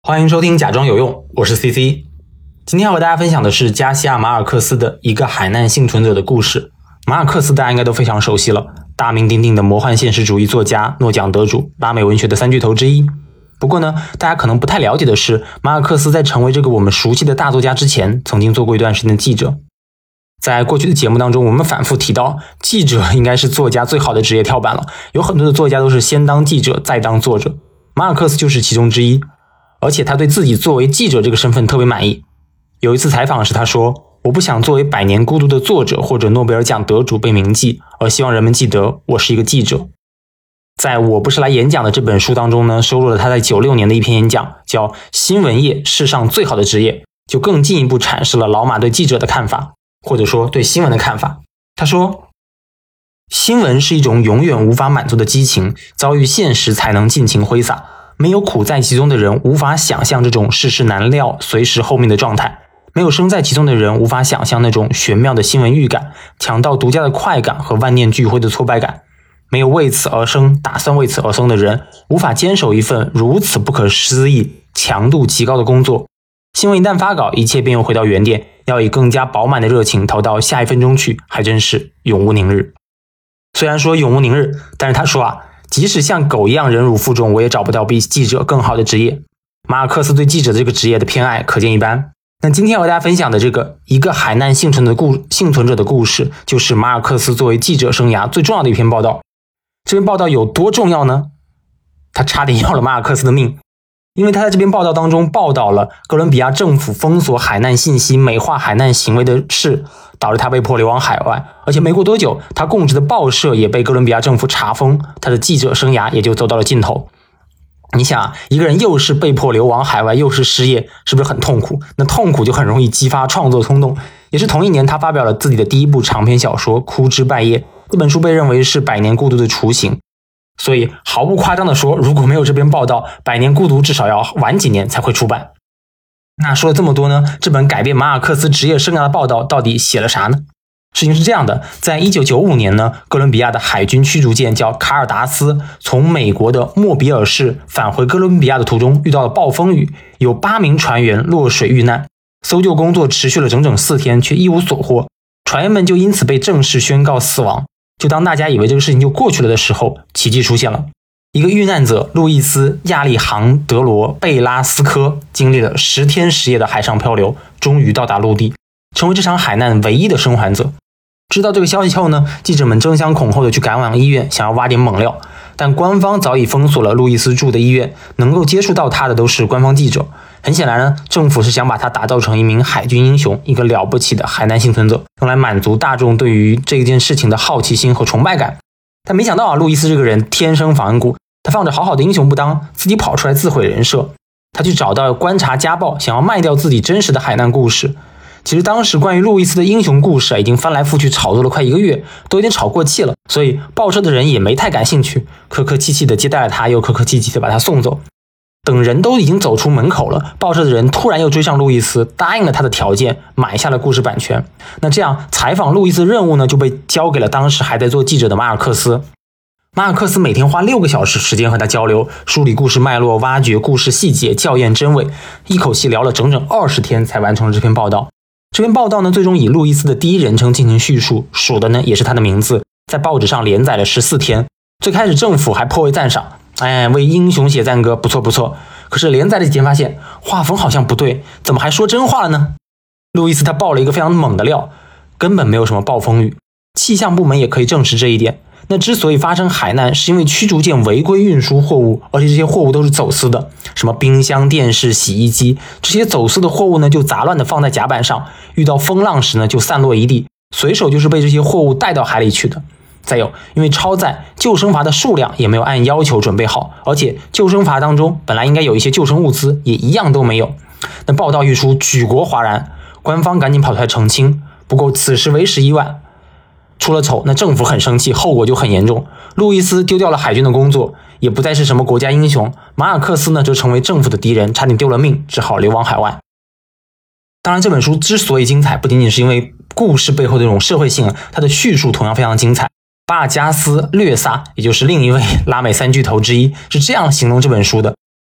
欢迎收听假装有用，我是 CC。 今天要和大家分享的是加西亚马尔克斯的一个海难幸存者的故事。马尔克斯大家应该都非常熟悉了，大名鼎鼎的魔幻现实主义作家，诺奖得主，拉美文学的三巨头之一。不过呢，大家可能不太了解的是，马尔克斯在成为这个我们熟悉的大作家之前，曾经做过一段时间的记者。在过去的节目当中，我们反复提到，记者应该是作家最好的职业跳板了，有很多的作家都是先当记者再当作者，马尔克斯就是其中之一。而且他对自己作为记者这个身份特别满意。有一次采访时他说，我不想作为百年孤独的作者或者诺贝尔奖得主被铭记，而希望人们记得我是一个记者。在我不是来演讲的这本书当中呢，收录了他在96年的一篇演讲，叫新闻业世上最好的职业，就更进一步阐释了老马对记者的看法，或者说对新闻的看法。他说，新闻是一种永远无法满足的激情，遭遇现实才能尽情挥洒。没有苦在其中的人无法想象这种世事难料随时候命的状态，没有身在其中的人无法想象那种玄妙的新闻预感，抢到独家的快感和万念俱灰的挫败感。没有为此而生打算为此而生的人无法坚守一份如此不可思议强度极高的工作。新闻一旦发稿，一切便又回到原点，要以更加饱满的热情投到下一分钟去，还真是永无宁日。虽然说永无宁日，但是他说即使像狗一样忍辱负重，我也找不到比记者更好的职业。马尔克斯对记者这个职业的偏爱可见一斑。那今天要和大家分享的这个一个海难幸存者的故事，就是马尔克斯作为记者生涯最重要的一篇报道。这篇报道有多重要呢？他差点要了马尔克斯的命。因为他在这篇报道当中报道了哥伦比亚政府封锁海难信息、美化海难行为的事，导致他被迫流亡海外。而且没过多久，他供职的报社也被哥伦比亚政府查封，他的记者生涯也就走到了尽头。你想一个人又是被迫流亡海外，又是失业，是不是很痛苦？那痛苦就很容易激发创作冲动。也是同一年，他发表了自己的第一部长篇小说《枯枝败叶》，这本书被认为是百年孤独的雏形。所以毫不夸张地说，如果没有这篇报道，百年孤独至少要晚几年才会出版。那说了这么多呢，这本改变马尔克斯职业生涯的报道到底写了啥呢？事情是这样的，在1995年呢，哥伦比亚的海军驱逐舰叫卡尔达斯从美国的莫比尔市返回哥伦比亚的途中遇到了暴风雨，有8名船员落水遇难，搜救工作持续了整整4天，却一无所获，船员们就因此被正式宣告死亡。就当大家以为这个事情就过去了的时候，奇迹出现了。一个遇难者路易斯·亚利杭德罗·贝拉斯科经历了10天10夜的海上漂流，终于到达陆地，成为这场海难唯一的生还者。知道这个消息后呢，记者们争相恐后的去赶往医院，想要挖点猛料，但官方早已封锁了路易斯住的医院，能够接触到他的都是官方记者。很显然呢，政府是想把他打造成一名海军英雄，一个了不起的海难幸存者，用来满足大众对于这件事情的好奇心和崇拜感。但没想到路易斯这个人天生反骨，他放着好好的英雄不当，自己跑出来自毁人设。他去找到观察家报，想要卖掉自己真实的海难故事。其实当时关于路易斯的英雄故事已经翻来覆去炒作了快1个月，都有点炒过气了，所以报社的人也没太感兴趣，客客气气的接待了他，又客客气气的把他送走。等人都已经走出门口了，报社的人突然又追上路易斯，答应了他的条件，买下了故事版权。那这样采访路易斯的任务呢，就被交给了当时还在做记者的马尔克斯。马尔克斯每天花6个小时时间和他交流，梳理故事脉络，挖掘故事细节，校验真伪，一口气聊了整整20天才完成了这篇报道。这篇报道呢，最终以路易斯的第一人称进行叙述，署的呢也是他的名字，在报纸上连载了14天。最开始政府还颇为赞赏，为英雄写赞歌，不错不错。可是连载的几天发现画风好像不对，怎么还说真话了呢？路易斯他爆了一个非常猛的料，根本没有什么暴风雨，气象部门也可以证实这一点。那之所以发生海难，是因为驱逐舰违规运输货物，而且这些货物都是走私的，什么冰箱、电视、洗衣机，这些走私的货物呢就杂乱的放在甲板上，遇到风浪时呢就散落一地，随手就是被这些货物带到海里去的。再有，因为超载，救生筏的数量也没有按要求准备好，而且救生筏当中本来应该有一些救生物资，也一样都没有。那报道一出，举国哗然，官方赶紧跑出来澄清。不过此时为时已晚，出了丑，那政府很生气，后果就很严重。路易斯丢掉了海军的工作，也不再是什么国家英雄。马尔克斯呢，就成为政府的敌人，差点丢了命，只好流亡海外。当然，这本书之所以精彩，不仅仅是因为故事背后的这种社会性，它的叙述同样非常精彩。巴尔加斯·略萨，也就是另一位拉美三巨头之一，是这样形容这本书的：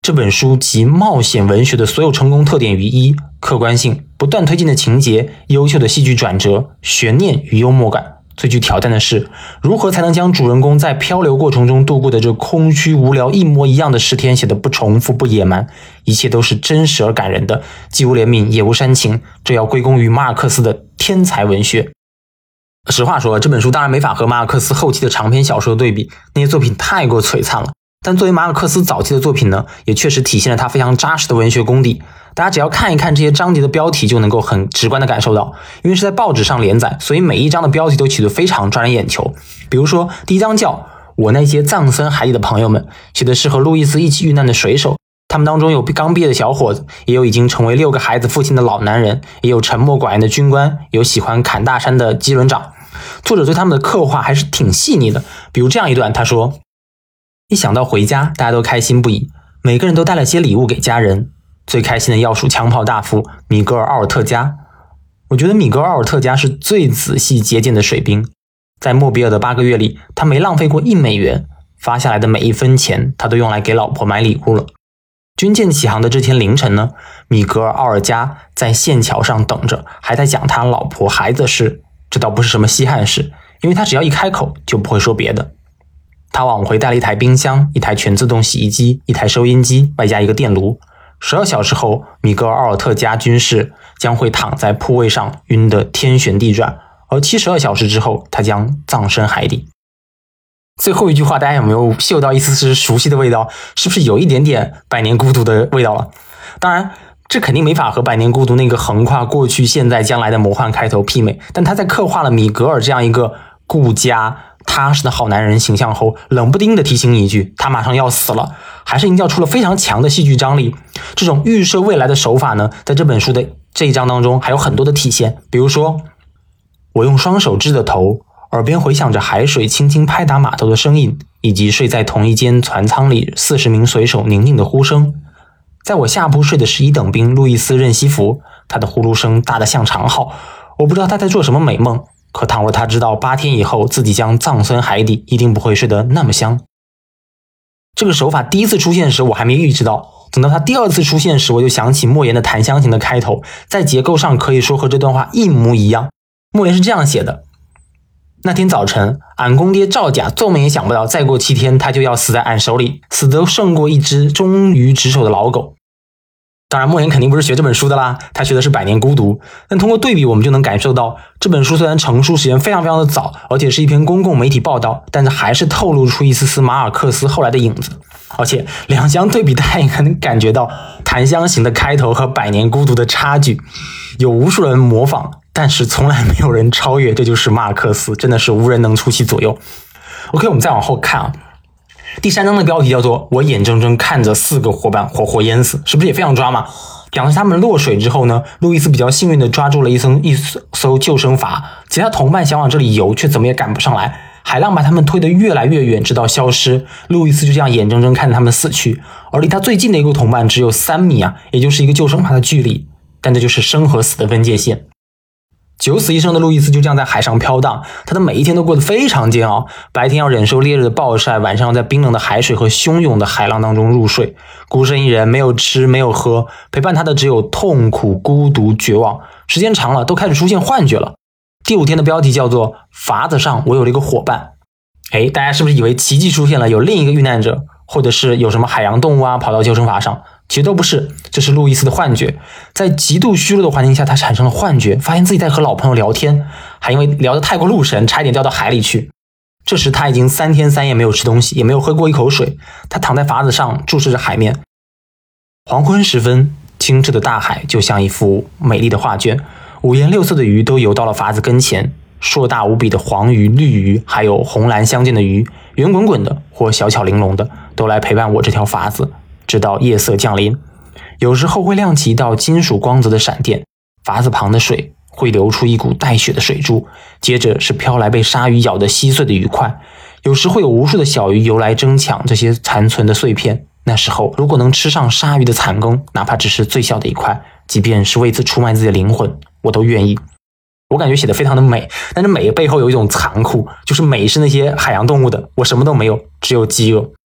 这本书集冒险文学的所有成功特点于一：客观性、不断推进的情节、优秀的戏剧转折、悬念与幽默感。最具挑战的是，如何才能将主人公在漂流过程中度过的这空虚无聊一模一样的10天写得不重复不野蛮，一切都是真实而感人的，既无怜悯也无煽情，这要归功于马尔克斯的天才文学。实话说，这本书当然没法和马尔克斯后期的长篇小说对比，那些作品太过璀璨了，但作为马尔克斯早期的作品呢，也确实体现了他非常扎实的文学功底。大家只要看一看这些章节的标题，就能够很直观的感受到，因为是在报纸上连载，所以每一章的标题都起得非常抓人眼球。比如说第一章叫我那些葬身海底的朋友们，写的是和路易斯一起遇难的水手，他们当中有刚毕业的小伙子，也有已经成为6个孩子父亲的老男人，也有沉默寡言的军官，有喜欢砍大山的机轮长。作者对他们的刻画还是挺细腻的。比如这样一段，他说，一想到回家，大家都开心不已，每个人都带了些礼物给家人。最开心的要数枪炮大夫米格尔·奥尔特加。我觉得米格尔·奥尔特加是最仔细节俭的水兵，在莫比尔的8个月里，他没浪费过1美元，发下来的每一分钱他都用来给老婆买礼物了。军舰起航的这天凌晨呢，米格尔·奥尔加在线桥上等着，还在讲他老婆孩子的事。这倒不是什么稀罕事，因为他只要一开口就不会说别的。他往回带了一台冰箱、一台全自动洗衣机、一台收音机，外加一个电炉。12小时后，米格尔·奥尔特加军士将会躺在铺位上晕得天旋地转，而72小时之后，他将葬身海底。最后一句话，大家有没有嗅到一丝丝熟悉的味道？是不是有一点点百年孤独的味道了？当然，这肯定没法和百年孤独那个横跨过去、现在、将来的魔幻开头媲美，但他在刻画了米格尔这样一个顾家踏实的好男人形象后，冷不丁的提醒你一句，他马上要死了，还是营造出了非常强的戏剧张力。这种预设未来的手法呢，在这本书的这一章当中还有很多的体现。比如说，我用双手支着头，耳边回响着海水轻轻拍打码头的声音，以及睡在同一间船舱里40名水手宁静的呼声。在我下铺睡的是1等兵路易斯·任西弗，他的呼噜声大得像长号。我不知道他在做什么美梦，可倘若他知道8天以后自己将葬身海底，一定不会睡得那么香。这个手法第一次出现时我还没预知到，等到他第2次出现时，我就想起莫言的《檀香刑》的开头，在结构上可以说和这段话一模一样。莫言是这样写的：那天早晨，俺公爹赵甲做梦也想不到，再过7天他就要死在俺手里，死得胜过一只忠于职守的老狗。当然，莫言肯定不是学这本书的啦，他学的是《百年孤独》。但通过对比，我们就能感受到，这本书虽然成书时间非常的早，而且是一篇公共媒体报道，但是还是透露出一丝丝马尔克斯后来的影子。而且两相对比，大家也能感觉到《檀香刑》的开头和《百年孤独》的差距，有无数人模仿，但是从来没有人超越，这就是马尔克斯，真的是无人能出其左右。OK， 我们再往后看啊。第3章的标题叫做我眼睁睁看着4个伙伴活活淹死，是不是也非常抓马？讲的是他们落水之后呢，路易斯比较幸运的抓住了一艘救生筏，其他同伴想往这里游，却怎么也赶不上来，海浪把他们推得越来越远，直到消失。路易斯就这样眼睁睁看着他们死去，而离他最近的一个同伴只有3米啊，也就是一个救生筏的距离，但这就是生和死的分界线。九死一生的路易斯就这样在海上飘荡，他的每一天都过得非常煎熬，白天要忍受烈日的暴晒，晚上要在冰冷的海水和汹涌的海浪当中入睡，孤身一人，没有吃没有喝，陪伴他的只有痛苦、孤独、绝望。时间长了，都开始出现幻觉了。第5天的标题叫做筏子上我有了一个伙伴。大家是不是以为奇迹出现了，有另一个遇难者，或者是有什么海洋动物啊跑到救生筏上？其实都不是，这是路易斯的幻觉。在极度虚弱的环境下，他产生了幻觉，发现自己在和老朋友聊天，还因为聊得太过入神，差一点掉到海里去。这时他已经3天3夜没有吃东西，也没有喝过一口水，他躺在筏子上注视着海面。黄昏时分，清澈的大海就像一幅美丽的画卷，5颜6色的鱼都游到了筏子跟前，硕大无比的黄鱼、绿鱼，还有红蓝相间的鱼，圆滚滚的或小巧玲珑的，都来陪伴我这条筏子，直到夜色降临。有时候会亮起一道金属光泽的闪电，筏子旁的水会流出一股带血的水珠，接着是飘来被鲨鱼咬得稀碎的鱼块。有时会有无数的小鱼游来争抢这些残存的碎片，那时候如果能吃上鲨鱼的残羹，哪怕只是最小的一块，即便是为此出卖自己的灵魂，我都愿意。我感觉写得非常的美，但是美背后有一种残酷，就是美是那些海洋动物的，我什么都没有，只有饥饿。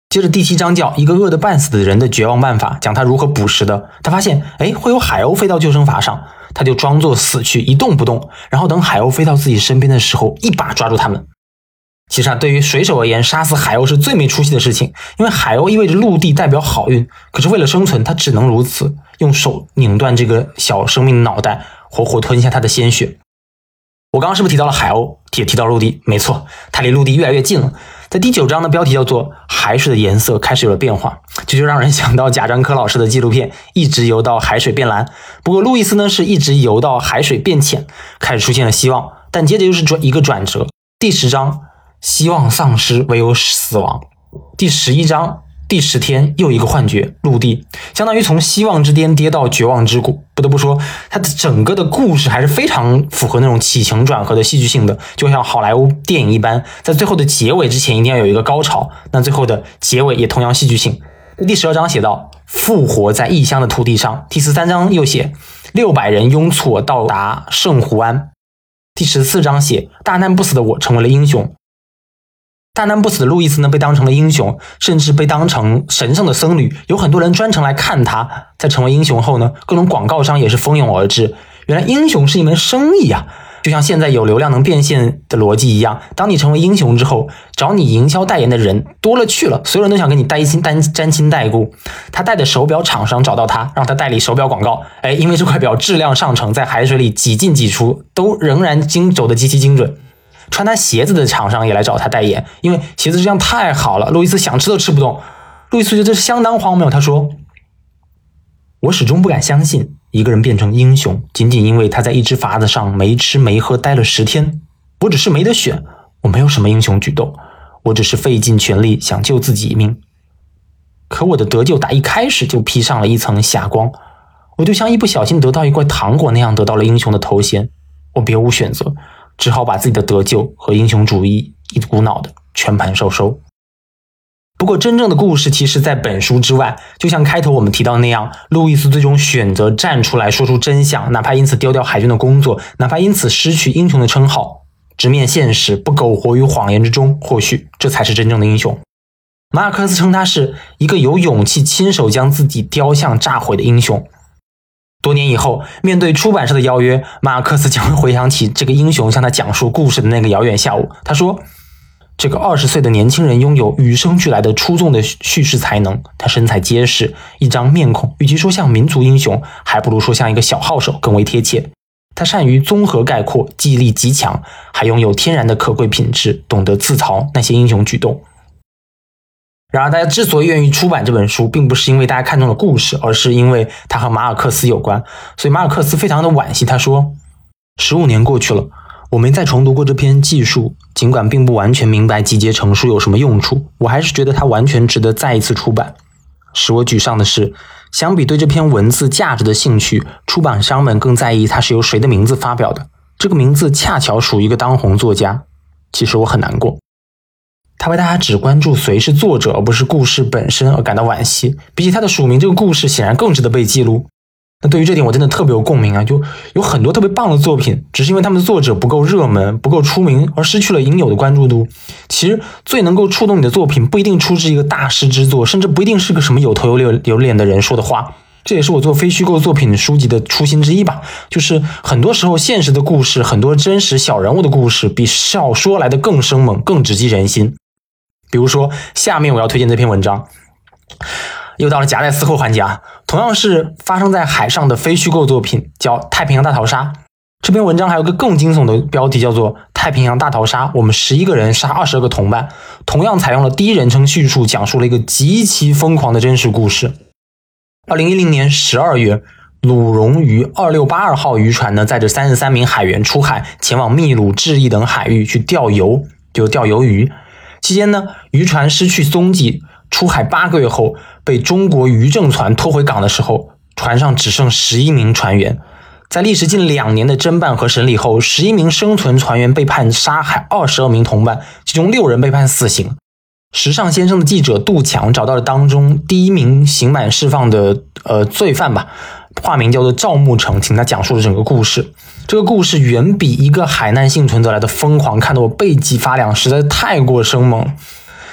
接着第7章叫一个饿得半死的人的绝望办法，讲他如何捕食的。他发现会有海鸥飞到救生筏上，他就装作死去一动不动，然后等海鸥飞到自己身边的时候一把抓住它们。其实对于水手而言，杀死海鸥是最没出息的事情，因为海鸥意味着陆地代表好运，可是为了生存他只能如此，用手拧断这个小生命的脑袋，活活吞下它的鲜血。我刚刚是不是提到了海鸥，也提到陆地？没错，它离陆地越来越近了。在第9章的标题叫做海水的颜色开始有了变化，这就让人想到贾樟柯老师的纪录片一直游到海水变蓝。不过路易斯呢是一直游到海水变浅，开始出现了希望，但接着又是一个转折。第10章希望丧失，唯有死亡。第11章第10天又一个幻觉，陆地相当于从希望之巅跌到绝望之谷。不得不说，它的整个的故事还是非常符合那种起承转合的戏剧性的，就像好莱坞电影一般，在最后的结尾之前一定要有一个高潮，那最后的结尾也同样戏剧性。第12章写到复活在异乡的土地上，第13章又写600人拥簇到达圣胡安，第14章写大难不死的我成为了英雄。大难不死的路易斯呢，被当成了英雄，甚至被当成神圣的僧侣，有很多人专程来看他。在成为英雄后呢，各种广告商也是蜂拥而至。原来英雄是一门生意啊，就像现在有流量能变现的逻辑一样，当你成为英雄之后，找你营销代言的人多了去了，所有人都想跟你沾亲带故。他戴的手表厂商找到他，让他代理手表广告，因为这块表质量上乘，在海水里几进几出都仍然走得极其精准。穿他鞋子的厂商也来找他代言，因为鞋子质量太好了，路易斯想吃都吃不动。路易斯觉得这是相当荒谬，他说，我始终不敢相信一个人变成英雄仅仅因为他在一只筏子上没吃没喝待了10天。我只是没得选，我没有什么英雄举动，我只是费尽全力想救自己一命。可我的得救打一开始就披上了一层霞光，我就像一不小心得到一块糖果那样得到了英雄的头衔，我别无选择，只好把自己的得救和英雄主义一股脑的全盘收。不过真正的故事其实在本书之外，就像开头我们提到那样，路易斯最终选择站出来说出真相，哪怕因此丢掉海军的工作，哪怕因此失去英雄的称号，直面现实，不苟活于谎言之中，或许这才是真正的英雄。马尔克斯称他是一个有勇气亲手将自己雕像炸毁的英雄。多年以后，面对出版社的邀约，马尔克斯将会回想起这个英雄向他讲述故事的那个遥远下午。他说，这个20岁的年轻人拥有与生俱来的出众的叙事才能，他身材结实，一张面孔与其说像民族英雄，还不如说像一个小号手更为贴切。他善于综合概括，记忆力极强，还拥有天然的可贵品质，懂得自嘲那些英雄举动。然而大家之所以愿意出版这本书，并不是因为大家看中了故事，而是因为它和马尔克斯有关。所以马尔克斯非常的惋惜，他说15年过去了，我没再重读过这篇记述，尽管并不完全明白集结成书有什么用处，我还是觉得它完全值得再一次出版。使我沮丧的是，相比对这篇文字价值的兴趣，出版商们更在意它是由谁的名字发表的，这个名字恰巧属于一个当红作家。其实我很难过，他为大家只关注谁是作者而不是故事本身而感到惋惜，比起他的署名，这个故事显然更值得被记录。那对于这点我真的特别有共鸣啊，就有很多特别棒的作品，只是因为他们的作者不够热门，不够出名，而失去了应有的关注度。其实最能够触动你的作品，不一定出自一个大师之作，甚至不一定是个什么有头有脸的人说的话。这也是我做非虚构作品书籍的初心之一吧，就是很多时候现实的故事，很多真实小人物的故事，比小说来的更生猛，更直击人心。比如说下面我要推荐这篇文章，又到了夹带私货环节啊，同样是发生在海上的非虚构作品，叫《太平洋大逃杀》。这篇文章还有个更惊悚的标题，叫做《太平洋大逃杀》，我们11个人杀22个同伴，同样采用了第一人称叙述，讲述了一个极其疯狂的真实故事。2010年12月，鲁荣渔2682号渔船呢，载着33名海员出海，前往秘鲁、智利等海域去钓油，就钓鱿鱼。期间呢，渔船失去踪迹，出海8个月后，被中国渔政船拖回港的时候，船上只剩11名船员。在历时近2年的侦办和审理后，11名生存船员被判杀害22名同伴，其中6人被判死刑。时尚先生的记者杜强找到了当中第一名刑满释放的罪犯吧，化名叫做赵木成，请他讲述了整个故事。这个故事远比一个海难幸存者来的疯狂，看得我背脊发凉，实在太过生猛。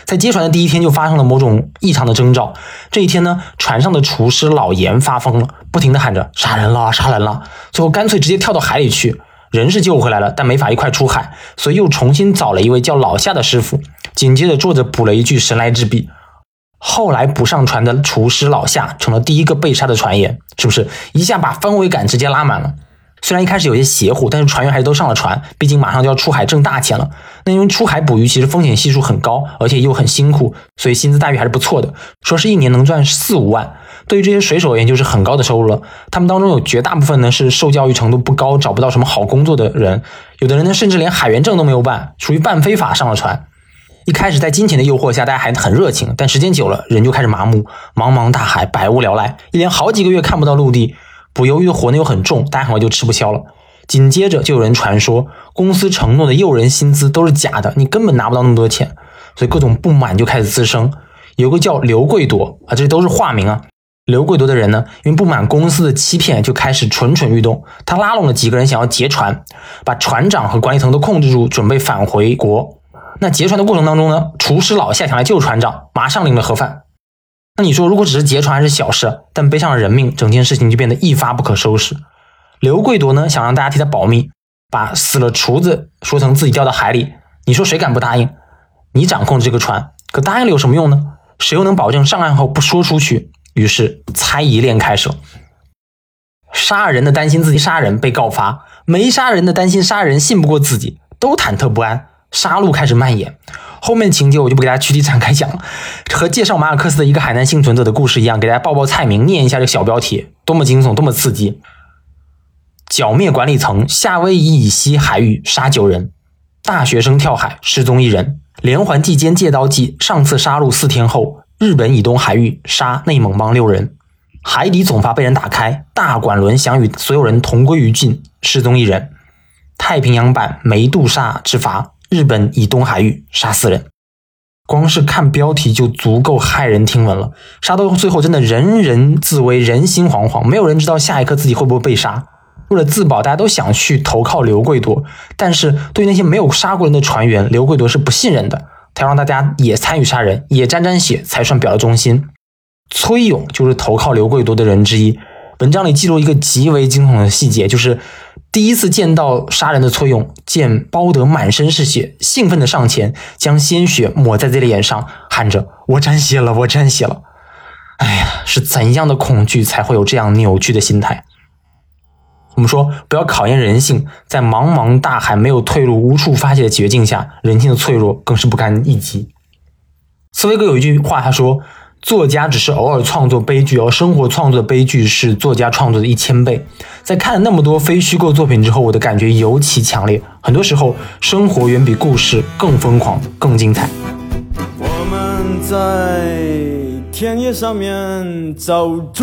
在接船的第一天就发生了某种异常的征兆。这一天呢，船上的厨师老严发疯了，不停地喊着杀人了杀人了，最后干脆直接跳到海里去。人是救回来了，但没法一块出海，所以又重新找了一位叫老夏的师傅，紧接着作者补了一句神来之笔。后来补上船的厨师老夏成了第一个被杀的船员，是不是一下把氛围感直接拉满了？虽然一开始有些邪乎，但是船员还是都上了船，毕竟马上就要出海挣大钱了。那因为出海捕鱼其实风险系数很高，而且又很辛苦，所以薪资待遇还是不错的，说是一年能赚4-5万。对于这些水手而言就是很高的收入了。他们当中有绝大部分呢是受教育程度不高，找不到什么好工作的人，有的人呢甚至连海员证都没有办，属于半非法上了船。一开始在金钱的诱惑下，大家还很热情，但时间久了，人就开始麻木。茫茫大海，百无聊赖，一连好几个月看不到陆地，捕鱿鱼的活呢又很重，大家很快就吃不消了。紧接着就有人传说，公司承诺的诱人薪资都是假的，你根本拿不到那么多钱，所以各种不满就开始滋生。有个叫刘贵夺啊，这都是化名啊。刘贵夺的人呢，因为不满公司的欺骗，就开始蠢蠢欲动。他拉拢了几个人想要劫船，把船长和管理层都控制住，准备返回国。那劫船的过程当中呢，厨师老夏想来救船长，马上领了盒饭。那你说如果只是劫船还是小事，但背上了人命，整件事情就变得一发不可收拾。刘贵夺呢想让大家替他保密，把死了厨子说成自己掉到海里，你说谁敢不答应？你掌控这个船，可答应了有什么用呢？谁又能保证上岸后不说出去？于是猜疑链开始了。杀人的担心自己杀人被告发，没杀人的担心杀人信不过自己，都忐忑不安，杀戮开始蔓延。后面情节我就不给大家具体展开讲了，和介绍马尔克斯的一个海难幸存者的故事一样，给大家报菜名，念一下这个小标题，多么惊悚，多么刺激。剿灭管理层，夏威夷以西海域杀9人，大学生跳海失踪1人，连环计奸借刀计，上次杀戮4天后，日本以东海域杀内蒙帮6人，海底总阀被人打开，大管轮想与所有人同归于尽，失踪1人，太平洋版梅杜莎之筏，日本以东海域杀4人。光是看标题就足够骇人听闻了，杀到最后真的人人自危，人心惶惶，没有人知道下一刻自己会不会被杀。为了自保，大家都想去投靠刘贵夺，但是对于那些没有杀过人的船员，刘贵夺是不信任的，他要让大家也参与杀人，也沾沾血，才算表了忠心。崔勇就是投靠刘贵夺的人之一。文章里记录一个极为惊悚的细节，就是第一次见到杀人的崔勇，见包得满身是血，兴奋地上前，将鲜血抹在自己的脸上，喊着我沾血了，我沾血了。哎呀，是怎样的恐惧才会有这样扭曲的心态？我们说不要考验人性，在茫茫大海没有退路无处发泄的绝境下，人性的脆弱更是不堪一击。茨威格有一句话，他说作家只是偶尔创作悲剧，而生活创作的悲剧是作家创作的1000倍。在看了那么多非虚构作品之后，我的感觉尤其强烈，很多时候生活远比故事更疯狂更精彩。 我们在田野上面找猪，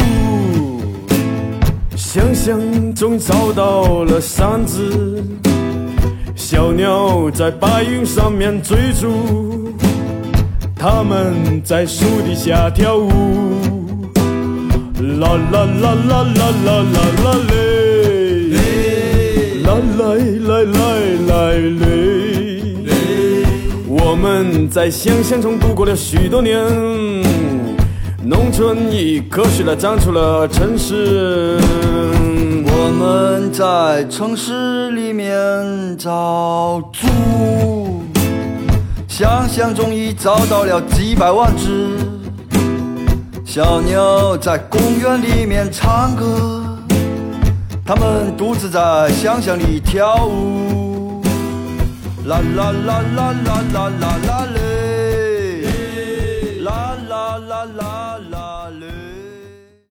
想象中找到了山子，小鸟在白云上面追逐，他们在树底下跳舞，啦啦啦啦啦啦啦啦嘞，啦来来来来嘞，我们在想象中度过了许多年，农村以科学来长出了城市， 我们在城市里面找猪，想象中已找到了几百万只，小鸟在公园里面唱歌，它们独自在想象里跳舞，啦啦啦啦啦啦啦啦嘞。